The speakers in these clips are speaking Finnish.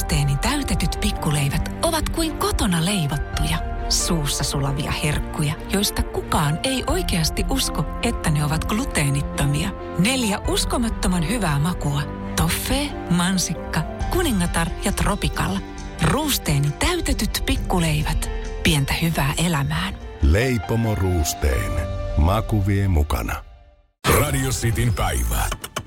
Ruusteeni täytetyt pikkuleivät ovat kuin kotona leivottuja. Suussa sulavia herkkuja, joista kukaan ei oikeasti usko, että ne ovat gluteenittomia. 4 uskomattoman hyvää makua. Toffee, mansikka, kuningatar ja tropikalla. Ruusteeni täytetyt pikkuleivät. Pientä hyvää elämään. Leipomo Ruusteen. Maku vie mukana. Radio Cityn päivä.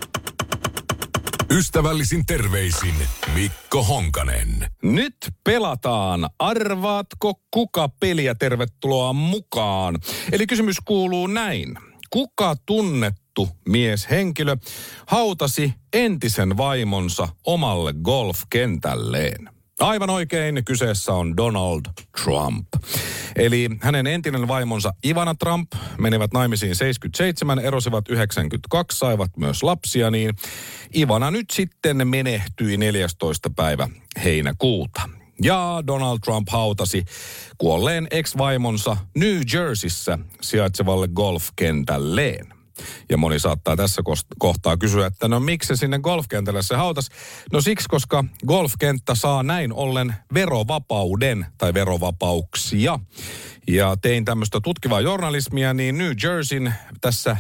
Ystävällisin terveisin Mikko Honkanen. Nyt pelataan. Arvaatko kuka peliä? Tervetuloa mukaan. Eli kysymys kuuluu näin. Kuka tunnettu mieshenkilö hautasi entisen vaimonsa omalle golfkentälleen? Aivan oikein, kyseessä on Donald Trump. Eli hänen entinen vaimonsa Ivana Trump menivät naimisiin 77, erosivat 92, saivat myös lapsia, niin Ivana nyt sitten menehtyi 14. päivä heinäkuuta. Ja Donald Trump hautasi kuolleen ex-vaimonsa New Jerseyssä sijaitsevalle golfkentälleen. Ja moni saattaa tässä kohtaa kysyä, että no miksi se sinne golfkentälle se hautas? No siksi, koska golfkenttä saa näin ollen verovapauden tai verovapauksia. Ja tein tämmöistä tutkivaa journalismia, niin New Jerseyn tässä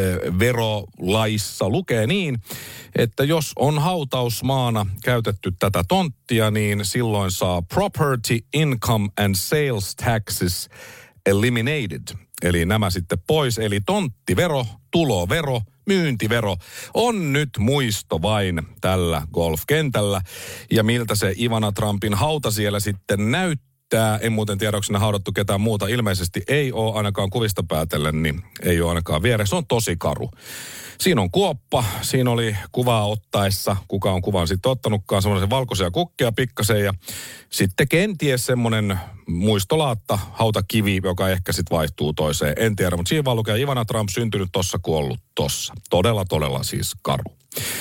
verolaissa lukee niin, että jos on hautausmaana käytetty tätä tonttia, niin silloin saa property, income and sales taxes eliminated. Eli nämä sitten pois, eli tonttivero, tulovero, myyntivero on nyt muisto vain tällä golfkentällä. Ja miltä se Ivana Trumpin hauta siellä sitten näyttää, en muuten tiedä, onko siinä haudattu ketään muuta, ilmeisesti ei ole ainakaan kuvista päätellen, niin ei ole ainakaan vieressä, se on tosi karu. Siinä on kuoppa, siinä oli kuvaa ottaessa, kuka on kuvan sitten ottanutkaan, semmoisen valkoisia kukkia pikkasen ja sitten kenties semmoinen muistolaatta, hautakivi, joka ehkä sitten vaihtuu toiseen, en tiedä, mutta siinä vaan lukee Ivana Trump syntynyt tossa, kuollut tossa. Todella siis karu.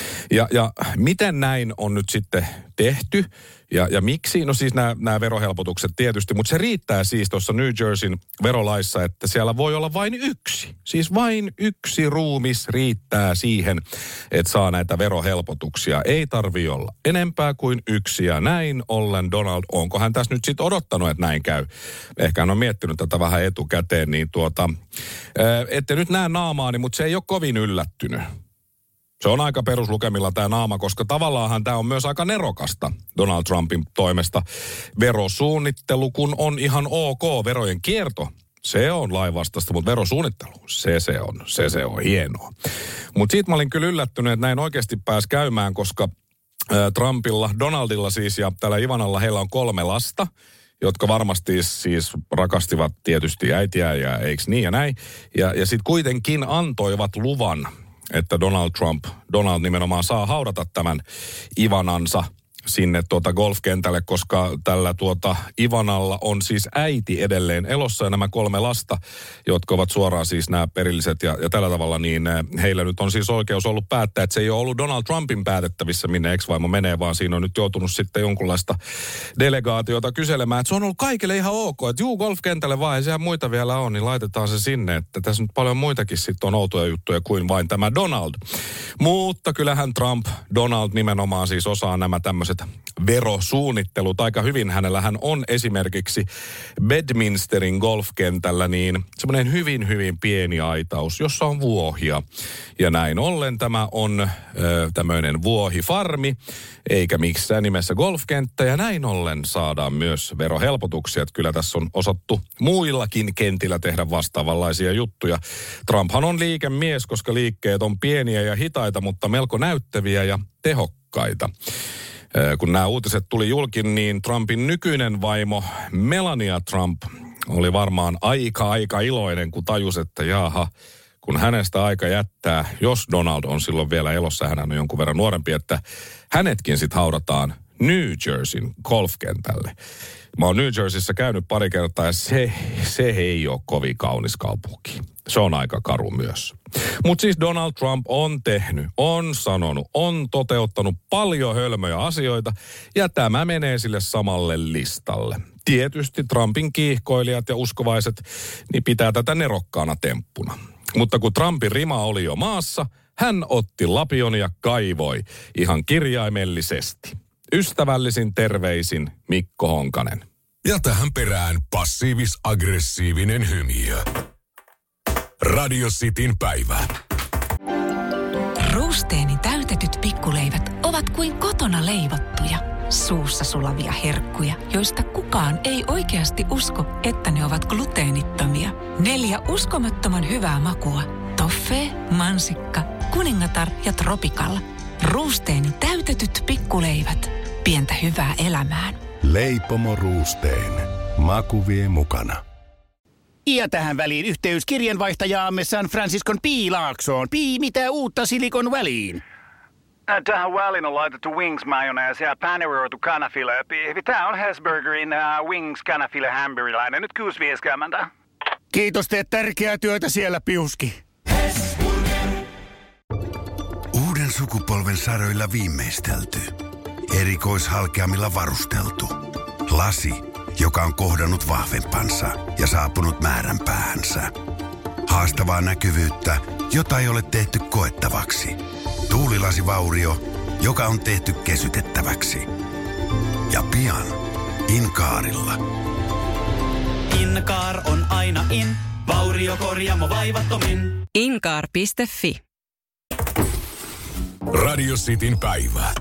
Ja miten näin on nyt sitten tehty ja miksi? No siis nämä verohelpotukset tietysti, mutta se riittää siis tuossa New Jerseyn verolaissa, että siellä voi olla vain yksi. Siis vain yksi ruumis riittää siihen, että saa näitä verohelpotuksia. Ei tarvitse olla enempää kuin yksi ja näin ollen Donald, onko hän tässä nyt sitten odottanut, että näin käy? Ehkä hän on miettinyt tätä vähän etukäteen, niin ette nyt näe naamaani, mutta se ei ole kovin yllättynyt. Se on aika peruslukemilla tämä naama, koska tavallaanhan tämä on myös aika nerokasta Donald Trumpin toimesta. Verosuunnittelu, kun on ihan ok, verojen kierto, se on lainvastaista, mutta verosuunnittelu, se on hienoa. Mutta siitä mä olin kyllä yllättynyt, että näin oikeasti pääsi käymään, koska Trumpilla, Donaldilla siis ja tällä Ivanalla heillä on 3 lasta, jotka varmasti siis rakastivat tietysti äitiä ja eiks niin ja näin. Ja sitten kuitenkin antoivat luvan, että Donald nimenomaan saa haudata tämän Ivanansa sinne golfkentälle, koska tällä Ivanalla on siis äiti edelleen elossa ja nämä 3 lasta, jotka ovat suoraan siis nämä perilliset ja tällä tavalla, niin heillä nyt on siis oikeus ollut päättää, että se ei ole ollut Donald Trumpin päätettävissä, minne ex-vaimo menee, vaan siinä on nyt joutunut sitten jonkunlaista delegaatiota kyselemään, että se on ollut kaikille ihan ok, että golfkentälle vaan, ei sehän muita vielä on, niin laitetaan se sinne, että tässä nyt paljon muitakin sitten on outoja juttuja kuin vain tämä Donald. Mutta kyllähän Donald nimenomaan siis osaa nämä tämmöiset verosuunnittelut aika hyvin. Hänellähän on esimerkiksi Bedminsterin golfkentällä niin semmoinen hyvin pieni aitaus, jossa on vuohia. Ja näin ollen tämä on tämmöinen vuohifarmi, eikä missään nimessä golfkenttä. Ja näin ollen saadaan myös verohelpotuksia. Että kyllä tässä on osattu muillakin kentillä tehdä vastaavanlaisia juttuja. Trumphan on liikemies, koska liikkeet on pieniä ja hitaita, mutta melko näyttäviä ja tehokkaita. Kun nämä uutiset tuli julkin, niin Trumpin nykyinen vaimo Melania Trump oli varmaan aika iloinen, kun tajusi, että jaha, kun hänestä aika jättää, jos Donald on silloin vielä elossa, hän on jonkun verran nuorempi, että hänetkin sitten haudataan New Jerseyn golfkentälle. Mä oon New Jerseyssä käynyt pari kertaa ja se ei ole kovin kaunis kaupunki. Se on aika karu myös. Mutta siis Donald Trump on tehnyt, on sanonut, on toteuttanut paljon hölmöjä asioita ja tämä menee sille samalle listalle. Tietysti Trumpin kiihkoilijat ja uskovaiset niin pitää tätä nerokkaana temppuna. Mutta kun Trumpin rima oli jo maassa, hän otti lapion ja kaivoi ihan kirjaimellisesti. Ystävällisin terveisin Mikko Honkanen. Ja tähän perään passiivis-aggressiivinen hymiö. Radio Cityn päivä. Ruusteeni täytetyt pikkuleivät ovat kuin kotona leivottuja, suussa sulavia herkkuja, joista kukaan ei oikeasti usko, että ne ovat gluteenittomia. 4 uskomattoman hyvää makua. Toffee, mansikka, kuningatar ja tropikalla. Ruusteeni täytetyt pikkuleivät. Pientä hyvää elämään. Leipomo Roosteen. Maku vie mukana. Ja tähän väliin yhteys kirjanvaihtajaamme San Franciscon P. Laaksoon. Mitä uutta Silikon väliin? Tähän väliin on laitettu wings mayonnaise ja paneroitu kanafila. Tämä on Hesburgerin wings kanafila hamburilainen. Nyt 6.50. Kiitos, teet tärkeää työtä siellä, Piuski. Uuden sukupolven saroilla viimeistelty. Erikoishalkeamilla varusteltu. Lasi, joka on kohdannut vahvempansa ja saapunut määränpäähänsä. Haastavaa näkyvyyttä, jota ei ole tehty koettavaksi. Tuulilasivaurio, joka on tehty kesytettäväksi. Ja pian Inkaarilla. Inkaar on aina in. Vauriokorjaamo vaivattomin. Inkaar.fi. Radio Cityn päivä.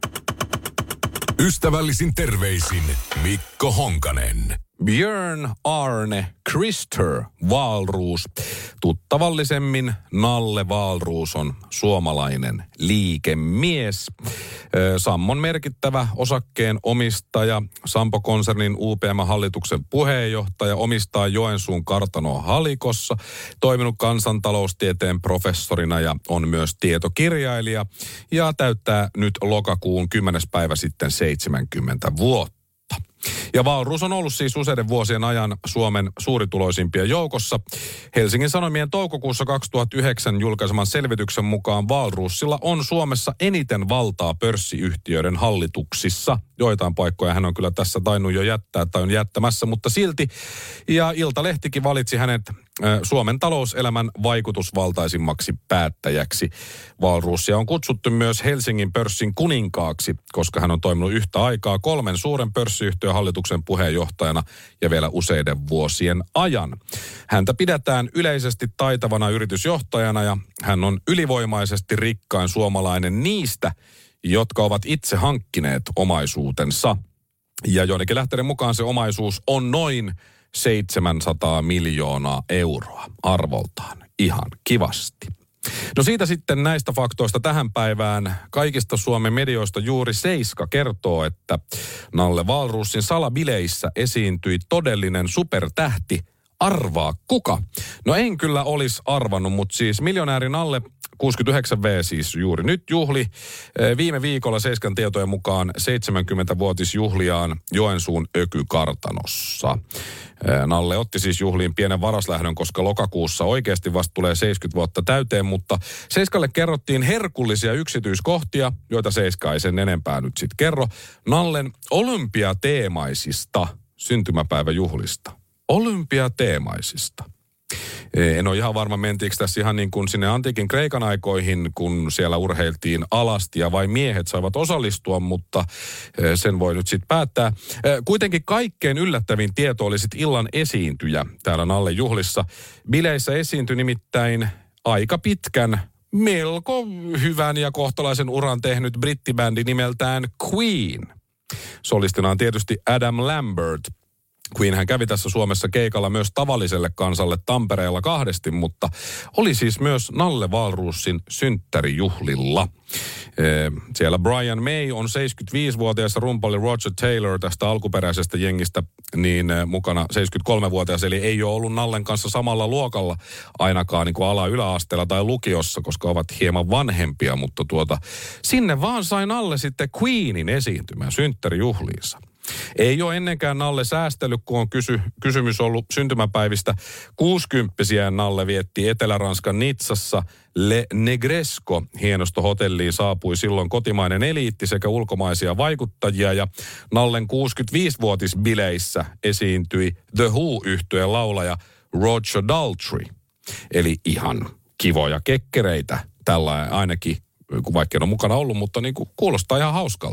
Ystävällisin terveisin Mikko Honkanen. Björn Arne Krister Wahlroos. Tuttavallisemmin Nalle Wahlroos on suomalainen liikemies. Sammon merkittävä osakkeen omistaja, Sampo-konsernin UPM-hallituksen puheenjohtaja, omistaa Joensuun kartanoa Halikossa, toiminut kansantaloustieteen professorina ja on myös tietokirjailija ja täyttää nyt lokakuun 10. päivä sitten 70 vuotta. Ja Wahlroos on ollut siis useiden vuosien ajan Suomen suurituloisimpien joukossa. Helsingin Sanomien toukokuussa 2009 julkaiseman selvityksen mukaan Wahlroosilla on Suomessa eniten valtaa pörssiyhtiöiden hallituksissa. Joitain paikkoja hän on kyllä tässä tainnut jo jättää tai on jättämässä, mutta silti. Ja Iltalehtikin valitsi hänet Suomen talouselämän vaikutusvaltaisimmaksi päättäjäksi. Wahlroosia on kutsuttu myös Helsingin pörssin kuninkaaksi, koska hän on toiminut yhtä aikaa 3 suuren pörssiyhtiön hallituksen puheenjohtajana ja vielä useiden vuosien ajan. Häntä pidetään yleisesti taitavana yritysjohtajana ja hän on ylivoimaisesti rikkain suomalainen niistä, jotka ovat itse hankkineet omaisuutensa. Ja joidenkin lähteiden mukaan se omaisuus on noin 700 miljoonaa euroa arvoltaan. Ihan kivasti. No siitä sitten näistä faktoista tähän päivään. Kaikista Suomen medioista juuri Seiska kertoo, että Nalle Wahlroosin salabileissä esiintyi todellinen supertähti. Arvaa kuka? No en kyllä olisi arvannut, mutta siis miljonääri Nalle 69V siis juuri nyt juhli. Viime viikolla Seiskan tietojen mukaan 70-vuotisjuhliaan Joensuun Ökykartanossa. Nalle otti siis juhliin pienen varaslähdön, koska lokakuussa oikeasti vasta tulee 70 vuotta täyteen, mutta Seiskalle kerrottiin herkullisia yksityiskohtia, joita Seiska ei sen enempää nyt sitten kerro. Nallen olympiateemaisista syntymäpäiväjuhlista. Olympiateemaisista. En ole ihan varma, mentiinkö tässä ihan niin kuin sinne antiikin Kreikan aikoihin, kun siellä urheiltiin alasti ja vai miehet saivat osallistua, mutta sen voi nyt sitten päättää. Kuitenkin kaikkein yllättävin tieto oli sitten illan esiintyjä täällä Nalle juhlissa. Bileissä esiintyi nimittäin aika pitkän, melko hyvän ja kohtalaisen uran tehnyt brittibändi nimeltään Queen. Solistina on tietysti Adam Lambert. Queen hän kävi tässä Suomessa keikalla myös tavalliselle kansalle Tampereella 2, mutta oli siis myös Nalle Wahlroosin synttärijuhlilla. Siellä Brian May on 75-vuotias rumpali Roger Taylor tästä alkuperäisestä jengistä niin mukana 73-vuotias, eli ei ole ollut Nallen kanssa samalla luokalla ainakaan niin kuin yläasteella tai lukiossa, koska ovat hieman vanhempia, mutta sinne vaan sai Nalle sitten Queenin esiintymään synttärijuhliinsa. Ei ole ennenkään Nalle säästellyt, kun on kysymys ollut syntymäpäivistä. 60-vuotiaan Nalle vietti Etelä-Ranskan Nitsassa Le Negresco hienostohotelliin saapui silloin kotimainen eliitti sekä ulkomaisia vaikuttajia. Ja Nallen 65-vuotisbileissä esiintyi The Who-yhtyeen laulaja Roger Daltrey. Eli ihan kivoja kekkereitä tällä ainakin, vaikka en ole mukana ollut, mutta niin kuin kuulostaa ihan hauskalta.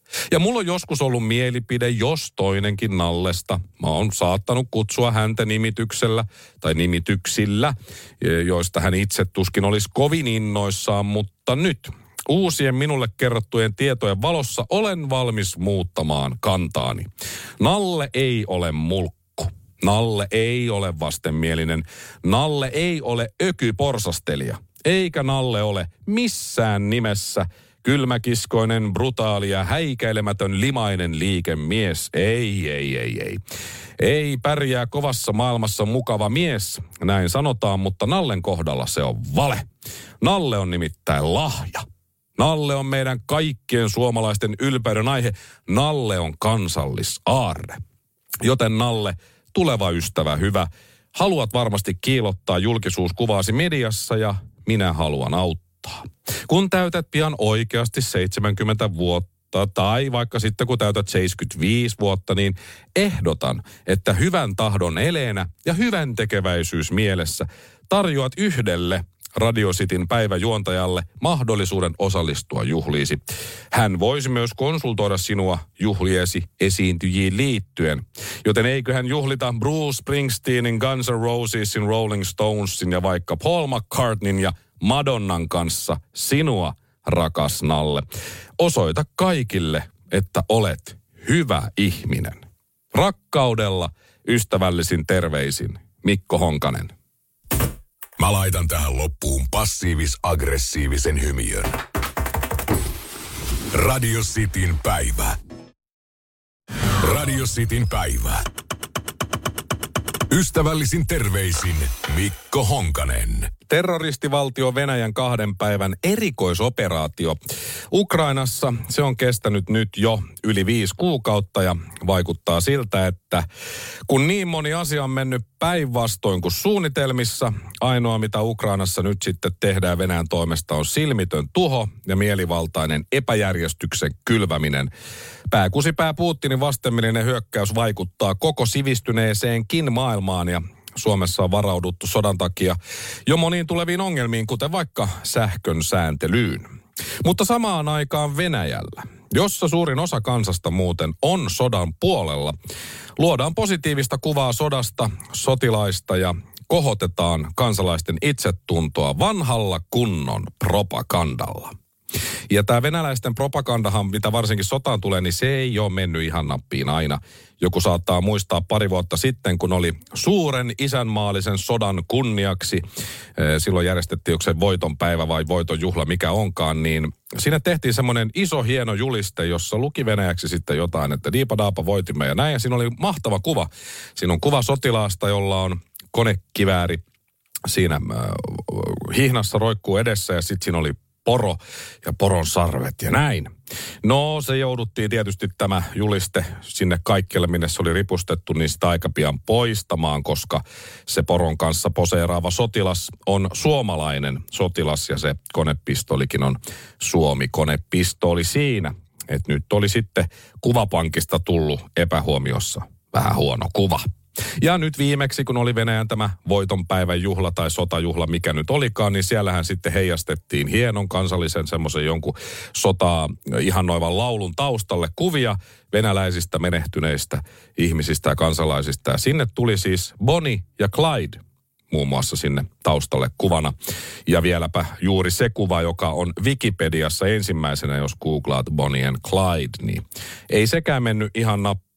Ja mulla on joskus ollut mielipide, jos toinenkin Nallesta. Mä oon saattanut kutsua häntä nimityksellä tai nimityksillä, joista hän itse tuskin olisi kovin innoissaan, mutta nyt uusien minulle kerrottujen tietojen valossa olen valmis muuttamaan kantaani. Nalle ei ole mulkku. Nalle ei ole vastenmielinen. Nalle ei ole ökyporsastelija. Eikä Nalle ole missään nimessä kylmäkiskoinen, brutaali ja häikäilemätön limainen liikemies. Ei. Ei pärjää kovassa maailmassa mukava mies, näin sanotaan, mutta Nallen kohdalla se on vale. Nalle on nimittäin lahja. Nalle on meidän kaikkien suomalaisten ylpeyden aihe. Nalle on kansallisaarre. Joten Nalle, tuleva ystävä, hyvä. Haluat varmasti kiillottaa julkisuuskuvaasi mediassa ja minä haluan auttaa. Kun täytät pian oikeasti 70 vuotta tai vaikka sitten kun täytät 75 vuotta, niin ehdotan, että hyvän tahdon eleenä ja hyvän tekeväisyys mielessä tarjoat yhdelle Radio Cityn päiväjuontajalle mahdollisuuden osallistua juhliisi. Hän voisi myös konsultoida sinua juhliesi esiintyjiin liittyen. Joten eiköhän juhlita Bruce Springsteenin, Guns N' Rosesin, Rolling Stonesin ja vaikka Paul McCartneyn ja Madonnan kanssa sinua, rakas Nalle. Osoita kaikille, että olet hyvä ihminen. Rakkaudella, ystävällisin terveisin, Mikko Honkanen. Mä laitan tähän loppuun passiivis-aggressiivisen hymiön. Radio Cityn päivä. Radio Cityn päivä. Ystävällisin terveisin Mikko Honkanen. Terroristivaltio Venäjän 2 päivän erikoisoperaatio Ukrainassa. Se on kestänyt nyt jo yli 5 kuukautta ja vaikuttaa siltä, että kun niin moni asia on mennyt päinvastoin kuin suunnitelmissa, ainoa mitä Ukrainassa nyt sitten tehdään Venäjän toimesta on silmitön tuho ja mielivaltainen epäjärjestyksen kylväminen. Pääkusipää Putinin vastenmielinen hyökkäys vaikuttaa koko sivistyneeseenkin maailmaan ja Suomessa on varauduttu sodan takia jo moniin tuleviin ongelmiin, kuten vaikka sähkön sääntelyyn. Mutta samaan aikaan Venäjällä, jossa suurin osa kansasta muuten on sodan puolella, luodaan positiivista kuvaa sodasta, sotilaista ja kohotetaan kansalaisten itsetuntoa vanhalla kunnon propagandalla. Ja tämä venäläisten propagandahan, mitä varsinkin sotaan tulee, niin se ei ole mennyt ihan nappiin aina. Joku saattaa muistaa pari vuotta sitten, kun oli suuren isänmaallisen sodan kunniaksi. Silloin järjestettiin joku se voitonpäivä vai voitonjuhla, mikä onkaan, niin siinä tehtiin semmoinen iso hieno juliste, jossa luki venäjäksi sitten jotain, että diipadaapa voitimme ja näin. Ja siinä oli mahtava kuva. Siinä on kuva sotilaasta, jolla on konekivääri siinä hihnassa roikkuu edessä ja sitten siinä oli poro ja poron sarvet ja näin. No se jouduttiin tietysti tämä juliste sinne kaikkialle, minne se oli ripustettu, niin sitä aika pian poistamaan, koska se poron kanssa poseeraava sotilas on suomalainen sotilas ja se konepistoolikin on Suomi-konepistooli siinä. Että nyt oli sitten kuvapankista tullut epähuomiossa vähän huono kuva. Ja nyt viimeksi, kun oli Venäjän tämä voitonpäivän juhla tai sotajuhla, mikä nyt olikaan, niin siellähän sitten heijastettiin hienon kansallisen semmoisen jonkun sotaa ihannoivan laulun taustalle kuvia venäläisistä menehtyneistä ihmisistä ja kansalaisista. Ja sinne tuli siis Bonnie ja Clyde muun muassa sinne taustalle kuvana. Ja vieläpä juuri se kuva, joka on Wikipediassa ensimmäisenä, jos googlaat Bonnie and Clyde, niin ei sekään mennyt ihan nappiin.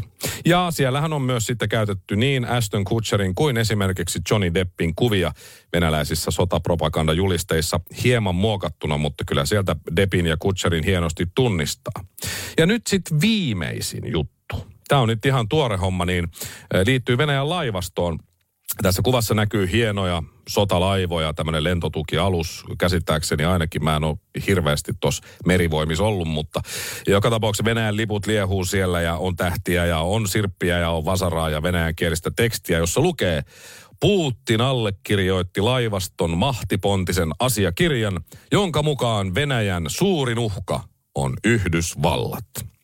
Ja siellähän on myös sitten käytetty niin Ashton Kutcherin kuin esimerkiksi Johnny Deppin kuvia venäläisissä sotapropagandajulisteissa hieman muokattuna, mutta kyllä sieltä Deppin ja Kutcherin hienosti tunnistaa. Ja nyt sitten viimeisin juttu. Tämä on nyt ihan tuore homma, niin liittyy Venäjän laivastoon. Tässä kuvassa näkyy hienoja sotalaivoja, tämmöinen lentotukialus. Käsittääkseni ainakin mä en ole hirveästi tuossa merivoimissa ollut, mutta joka tapauksessa Venäjän liput liehuu siellä ja on tähtiä ja on sirppiä ja on vasaraa ja venäjänkielistä tekstiä, jossa lukee: Putin allekirjoitti laivaston mahtipontisen asiakirjan, jonka mukaan Venäjän suurin uhka on Yhdysvallat.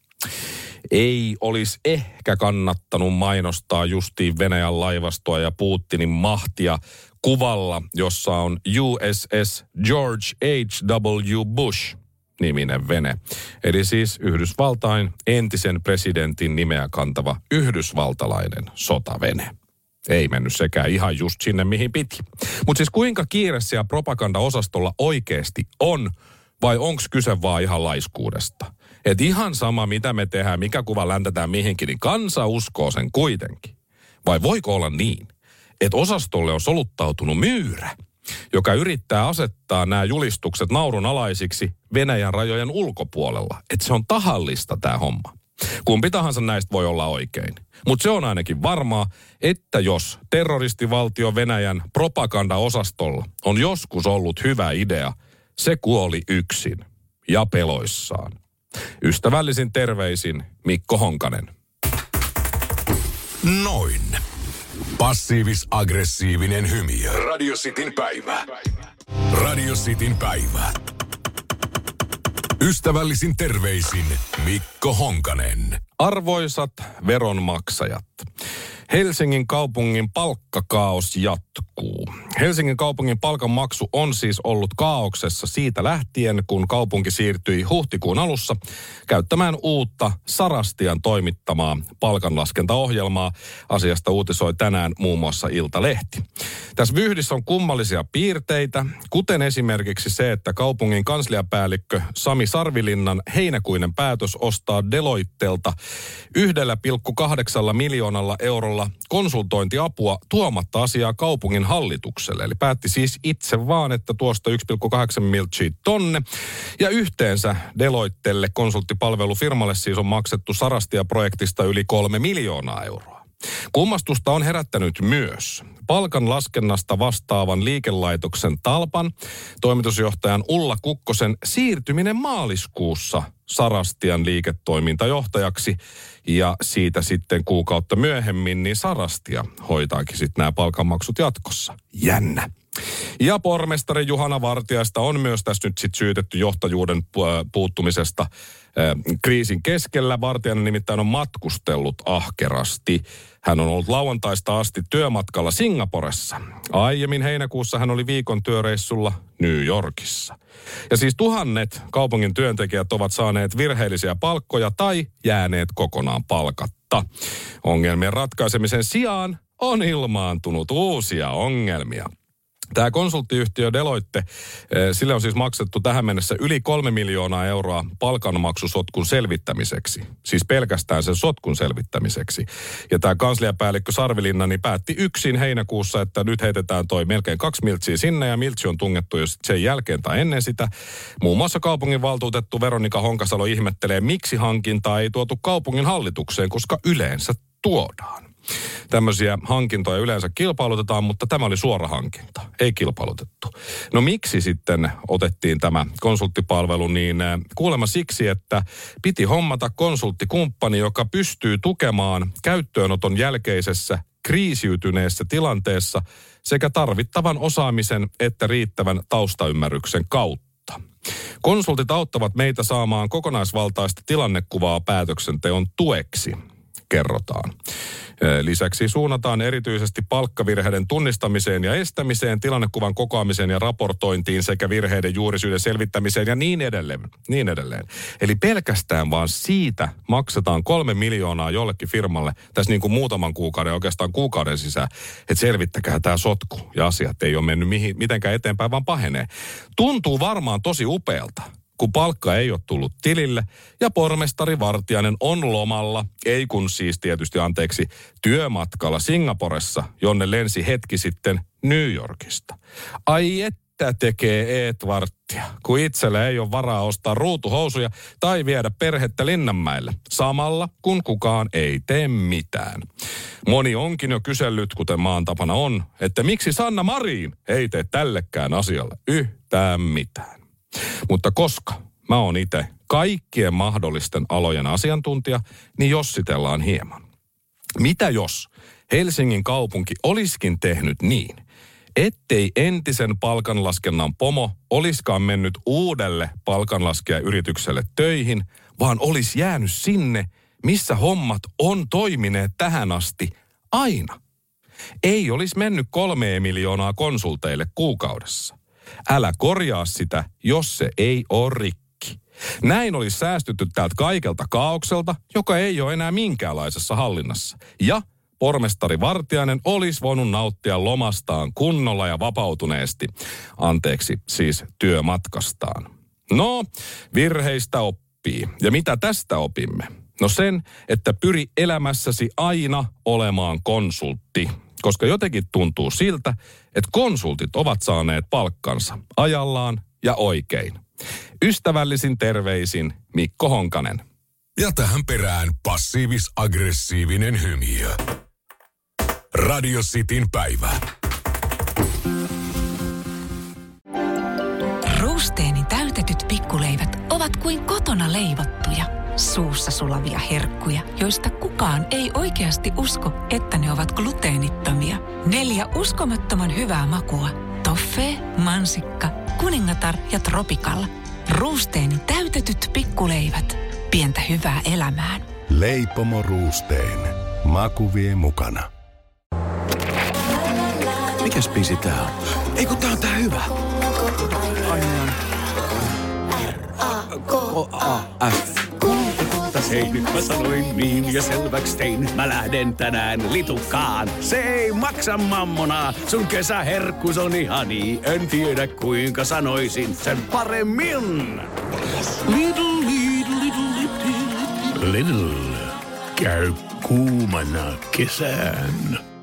Ei olisi ehkä kannattanut mainostaa justiin Venäjän laivastoa ja Putinin mahtia kuvalla, jossa on USS George H.W. Bush. niminen vene. Eli siis Yhdysvaltain entisen presidentin nimeä kantava yhdysvaltalainen sotavene. Ei mennyt sekään ihan just sinne, mihin piti. Mutta siis kuinka kiire siellä propagandaosastolla oikeasti on, vai onko kyse vaan ihan laiskuudesta? Et ihan sama, mitä me tehdään, mikä kuva läntetään mihinkin, niin kansa uskoo sen kuitenkin. Vai voiko olla niin, että osastolle on soluttautunut myyrä, joka yrittää asettaa nämä julistukset naurunalaisiksi Venäjän rajojen ulkopuolella. Että se on tahallista tämä homma. Kumpi tahansa näistä voi olla oikein. Mutta se on ainakin varmaa, että jos terroristivaltio Venäjän propagandaosastolla on joskus ollut hyvä idea, se kuoli yksin ja peloissaan. Ystävällisin terveisin Mikko Honkanen. Noin. Passiivis-aggressiivinen hymiö. Radio Cityn päivä. Radio Cityn päivä. Ystävällisin terveisin Mikko Honkanen. Arvoisat veronmaksajat, Helsingin kaupungin palkkakaos jatkuu. Helsingin kaupungin palkanmaksu on siis ollut kaauksessa siitä lähtien, kun kaupunki siirtyi huhtikuun alussa käyttämään uutta Sarastian toimittamaa palkanlaskentaohjelmaa. Asiasta uutisoi tänään muun muassa Iltalehti. Tässä vyyhdissä on kummallisia piirteitä, kuten esimerkiksi se, että kaupungin kansliapäällikkö Sami Sarvilinnan heinäkuinen päätös ostaa Deloittelta 1,8 miljoonalla eurolla konsultointiapua tuomatta asiaa kaupungin hallitukselle. Eli päätti siis itse vaan, että tuosta 1,8 miltsiä tonne. Ja yhteensä Deloittelle konsulttipalvelufirmalle siis on maksettu Sarastia-projektista yli 3 miljoonaa euroa. Kummastusta on herättänyt myös palkan laskennasta vastaavan liikelaitoksen Talpan toimitusjohtajan Ulla Kukkosen siirtyminen maaliskuussa Sarastian liiketoimintajohtajaksi, ja siitä sitten kuukautta myöhemmin niin Sarastia hoitaakin sitten nämä palkanmaksut jatkossa. Jännä. Ja pormestari Juhana Vartiaista on myös tässä nyt sitten syytetty johtajuuden puuttumisesta kriisin keskellä. Vartiainen nimittäin on matkustellut ahkerasti. Hän on ollut lauantaista asti työmatkalla Singaporessa. Aiemmin heinäkuussa hän oli viikon työreissulla New Yorkissa. Ja siis tuhannet kaupungin työntekijät ovat saaneet virheellisiä palkkoja tai jääneet kokonaan palkatta. Ongelmien ratkaisemisen sijaan on ilmaantunut uusia ongelmia. Tämä konsulttiyhtiö Deloitte, sille on siis maksettu tähän mennessä yli 3 miljoonaa euroa palkanmaksusotkun selvittämiseksi. Siis pelkästään sen sotkun selvittämiseksi. Ja tämä kansliapäällikkö Sarvilinna niin päätti yksin heinäkuussa, että nyt heitetään toi melkein 2 miltsiä sinne, ja miltsi on tungettu jo sen jälkeen tai ennen sitä. Muun muassa kaupungin valtuutettu Veronika Honkasalo ihmettelee, miksi hankintaa ei tuotu kaupungin hallitukseen, koska yleensä tuodaan. Tämmöisiä hankintoja yleensä kilpailutetaan, mutta tämä oli suora hankinta, ei kilpailutettu. No miksi sitten otettiin tämä konsulttipalvelu? Niin kuulemma siksi, että piti hommata konsulttikumppani, joka pystyy tukemaan käyttöönoton jälkeisessä kriisiytyneessä tilanteessa sekä tarvittavan osaamisen että riittävän taustaymmärryksen kautta. Konsultit auttavat meitä saamaan kokonaisvaltaista tilannekuvaa päätöksenteon tueksi, kerrotaan. Lisäksi suunnataan erityisesti palkkavirheiden tunnistamiseen ja estämiseen, tilannekuvan kokoamiseen ja raportointiin sekä virheiden juurisyiden selvittämiseen ja niin edelleen. Eli pelkästään vaan siitä maksetaan 3 miljoonaa jollekin firmalle tässä niin kuin muutaman kuukauden, oikeastaan kuukauden sisään, että selvittäkää tämä sotku ja asiat ei ole mennyt mitenkään eteenpäin, vaan pahenee. Tuntuu varmaan tosi upealta, kun palkka ei ole tullut tilille ja pormestari Vartiainen on lomalla, ei kun siis tietysti työmatkalla Singaporessa, jonne lensi hetki sitten New Yorkista. Ai että tekee Varttia, kun itsellä ei ole varaa ostaa ruutuhousuja tai viedä perhettä Linnanmäelle, samalla kun kukaan ei tee mitään. Moni onkin jo kysellyt, kuten maan tapana on, että miksi Sanna Marin ei tee tällekään asialle yhtään mitään. Mutta koska mä oon itse kaikkien mahdollisten alojen asiantuntija, niin jossitellaan hieman. Mitä jos Helsingin kaupunki olisikin tehnyt niin, ettei entisen palkanlaskennan pomo olisikaan mennyt uudelle palkanlaskijayritykselle töihin, vaan olisi jäänyt sinne, missä hommat on toimineet tähän asti aina? Ei olisi mennyt 3 miljoonaa konsulteille kuukaudessa. Älä korjaa sitä, jos se ei ole rikki. Näin olisi säästytty täältä kaikelta kaaokselta, joka ei ole enää minkäänlaisessa hallinnassa. Ja pormestari Vartiainen olisi voinut nauttia lomastaan kunnolla ja vapautuneesti. Anteeksi, siis työmatkastaan. No, virheistä oppii. Ja mitä tästä opimme? No sen, että pyri elämässäsi aina olemaan konsultti. Koska jotenkin tuntuu siltä, että konsultit ovat saaneet palkkansa ajallaan ja oikein. Ystävällisin terveisin Mikko Honkanen. Ja tähän perään passiivis-aggressiivinen hymiö. Radio Cityn päivä. Ruusteenin täytetyt pikkuleivät ovat kuin kotona leivottuja, suussa sulavia herkkuja, joista kukaan ei oikeasti usko, että ne ovat gluteenittomia. 4 uskomattoman hyvää makua. Toffee, mansikka, kuningatar ja tropikalla. Ruusteenin täytetyt pikkuleivät. Pientä hyvää elämään. Leipomo Roosteen. Maku vie mukana. Mikäs biisi tää on? Ei kun tää on tää hyvä. R-A-K-A-F. Hei, nyt mä sanoin niin ja selväks tein. Mä lähden tänään litukaan. Se ei maksa mammonaa. Sun kesäherkkus on ihani. En tiedä kuinka sanoisin sen paremmin. Lidl. Käy kuumana kesään.